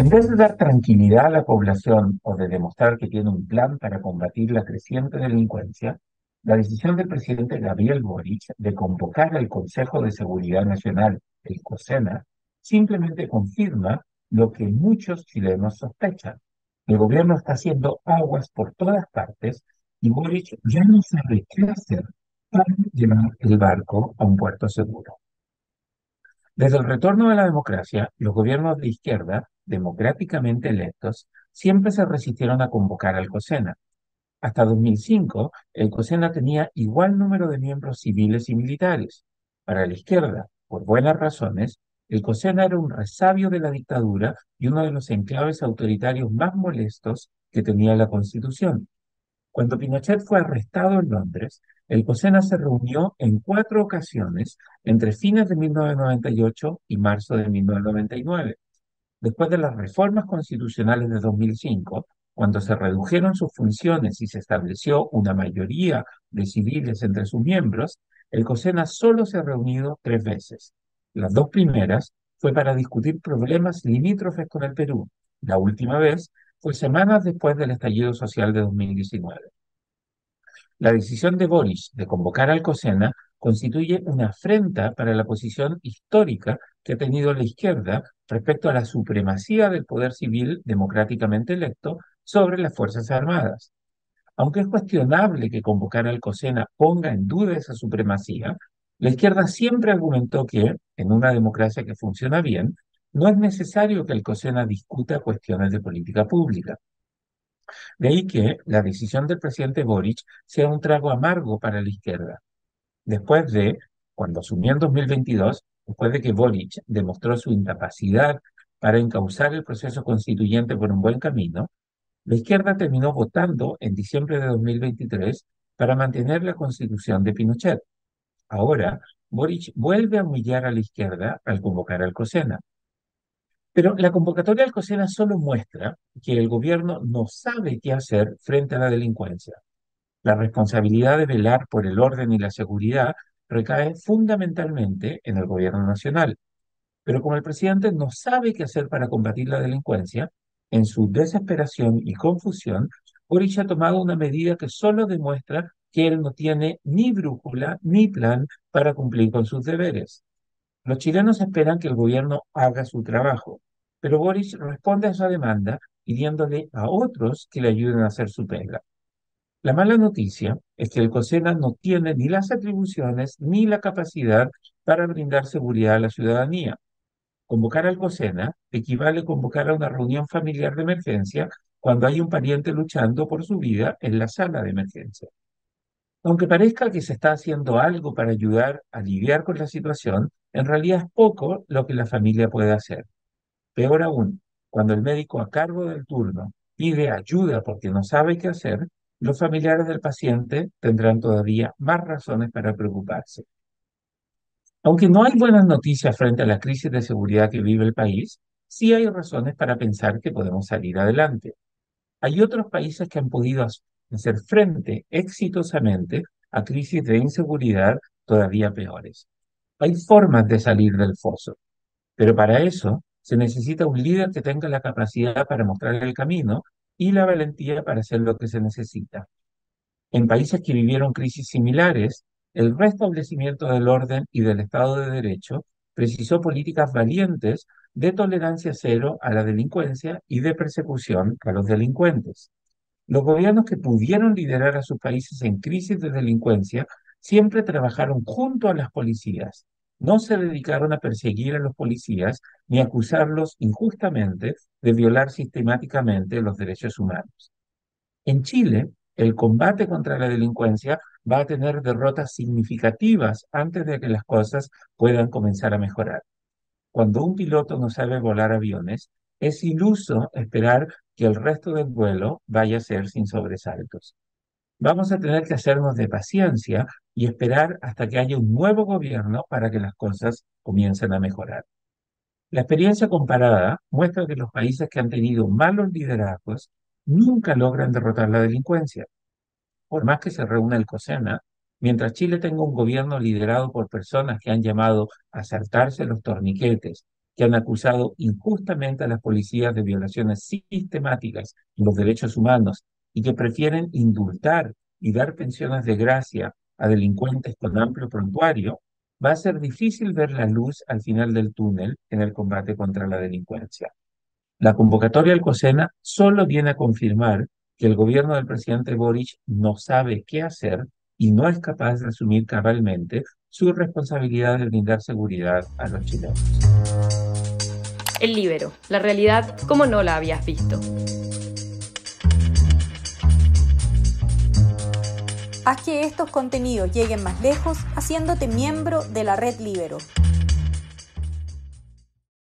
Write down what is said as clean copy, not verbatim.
En vez de dar tranquilidad a la población o de demostrar que tiene un plan para combatir la creciente delincuencia, la decisión del presidente Gabriel Boric de convocar al Consejo de Seguridad Nacional, el COSENA, simplemente confirma lo que muchos chilenos sospechan. El gobierno está haciendo aguas por todas partes y Boric ya no sabe qué hacer para llevar el barco a un puerto seguro. Desde el retorno de la democracia, los gobiernos de izquierda, democráticamente electos, siempre se resistieron a convocar al COSENA. Hasta 2005, el COSENA tenía igual número de miembros civiles y militares. Para la izquierda, por buenas razones, el COSENA era un resabio de la dictadura y uno de los enclaves autoritarios más molestos que tenía la Constitución. Cuando Pinochet fue arrestado en Londres, el COSENA se reunió en 4 ocasiones entre fines de 1998 y marzo de 1999. Después de las reformas constitucionales de 2005, cuando se redujeron sus funciones y se estableció una mayoría de civiles entre sus miembros, el COSENA solo se ha reunido 3 veces. Las dos primeras fue para discutir problemas limítrofes con el Perú. La última vez fue semanas después del estallido social de 2019. La decisión de Boris de convocar al COSENA constituye una afrenta para la posición histórica que ha tenido la izquierda respecto a la supremacía del poder civil democráticamente electo sobre las Fuerzas Armadas. Aunque es cuestionable que convocar al COSENA ponga en duda esa supremacía, la izquierda siempre argumentó que, en una democracia que funciona bien, no es necesario que el COSENA discuta cuestiones de política pública. De ahí que la decisión del presidente Boric sea un trago amargo para la izquierda. Después de, cuando asumió en 2022, después de que Boric demostró su incapacidad para encauzar el proceso constituyente por un buen camino, la izquierda terminó votando en diciembre de 2023 para mantener la constitución de Pinochet. Ahora, Boric vuelve a humillar a la izquierda al convocar al COSENA. Pero la convocatoria al COSENA solo muestra que el gobierno no sabe qué hacer frente a la delincuencia. La responsabilidad de velar por el orden y la seguridad recae fundamentalmente en el gobierno nacional. Pero como el presidente no sabe qué hacer para combatir la delincuencia, en su desesperación y confusión, Boric ha tomado una medida que solo demuestra que él no tiene ni brújula ni plan para cumplir con sus deberes. Los chilenos esperan que el gobierno haga su trabajo, pero Boric responde a esa demanda pidiéndole a otros que le ayuden a hacer su pega. La mala noticia es que el COSENA no tiene ni las atribuciones ni la capacidad para brindar seguridad a la ciudadanía. Convocar al COSENA equivale a convocar a una reunión familiar de emergencia cuando hay un pariente luchando por su vida en la sala de emergencia. Aunque parezca que se está haciendo algo para ayudar a lidiar con la situación, en realidad es poco lo que la familia puede hacer. Peor aún, cuando el médico a cargo del turno pide ayuda porque no sabe qué hacer, los familiares del paciente tendrán todavía más razones para preocuparse. Aunque no hay buenas noticias frente a la crisis de seguridad que vive el país, sí hay razones para pensar que podemos salir adelante. Hay otros países que han podido hacer frente exitosamente a crisis de inseguridad todavía peores. Hay formas de salir del foso, pero para eso se necesita un líder que tenga la capacidad para mostrar el camino y la valentía para hacer lo que se necesita. En países que vivieron crisis similares, el restablecimiento del orden y del Estado de Derecho precisó políticas valientes de tolerancia cero a la delincuencia y de persecución a los delincuentes. Los gobiernos que pudieron liderar a sus países en crisis de delincuencia siempre trabajaron junto a las policías. No se dedicaron a perseguir a los policías ni a acusarlos injustamente de violar sistemáticamente los derechos humanos. En Chile, el combate contra la delincuencia va a tener derrotas significativas antes de que las cosas puedan comenzar a mejorar. Cuando un piloto no sabe volar aviones, es iluso esperar que el resto del vuelo vaya a ser sin sobresaltos. Vamos a tener que hacernos de paciencia y esperar hasta que haya un nuevo gobierno para que las cosas comiencen a mejorar. La experiencia comparada muestra que los países que han tenido malos liderazgos nunca logran derrotar la delincuencia. Por más que se reúna el COSENA, mientras Chile tenga un gobierno liderado por personas que han llamado a saltarse los torniquetes, que han acusado injustamente a las policías de violaciones sistemáticas de los derechos humanos y que prefieren indultar y dar pensiones de gracia a delincuentes con amplio prontuario, va a ser difícil ver la luz al final del túnel en el combate contra la delincuencia. La convocatoria al COSENA solo viene a confirmar que el gobierno del presidente Boric no sabe qué hacer y no es capaz de asumir cabalmente su responsabilidad de brindar seguridad a los chilenos. El Líbero, la realidad como no la habías visto. Haz que estos contenidos lleguen más lejos haciéndote miembro de la Red Líbero.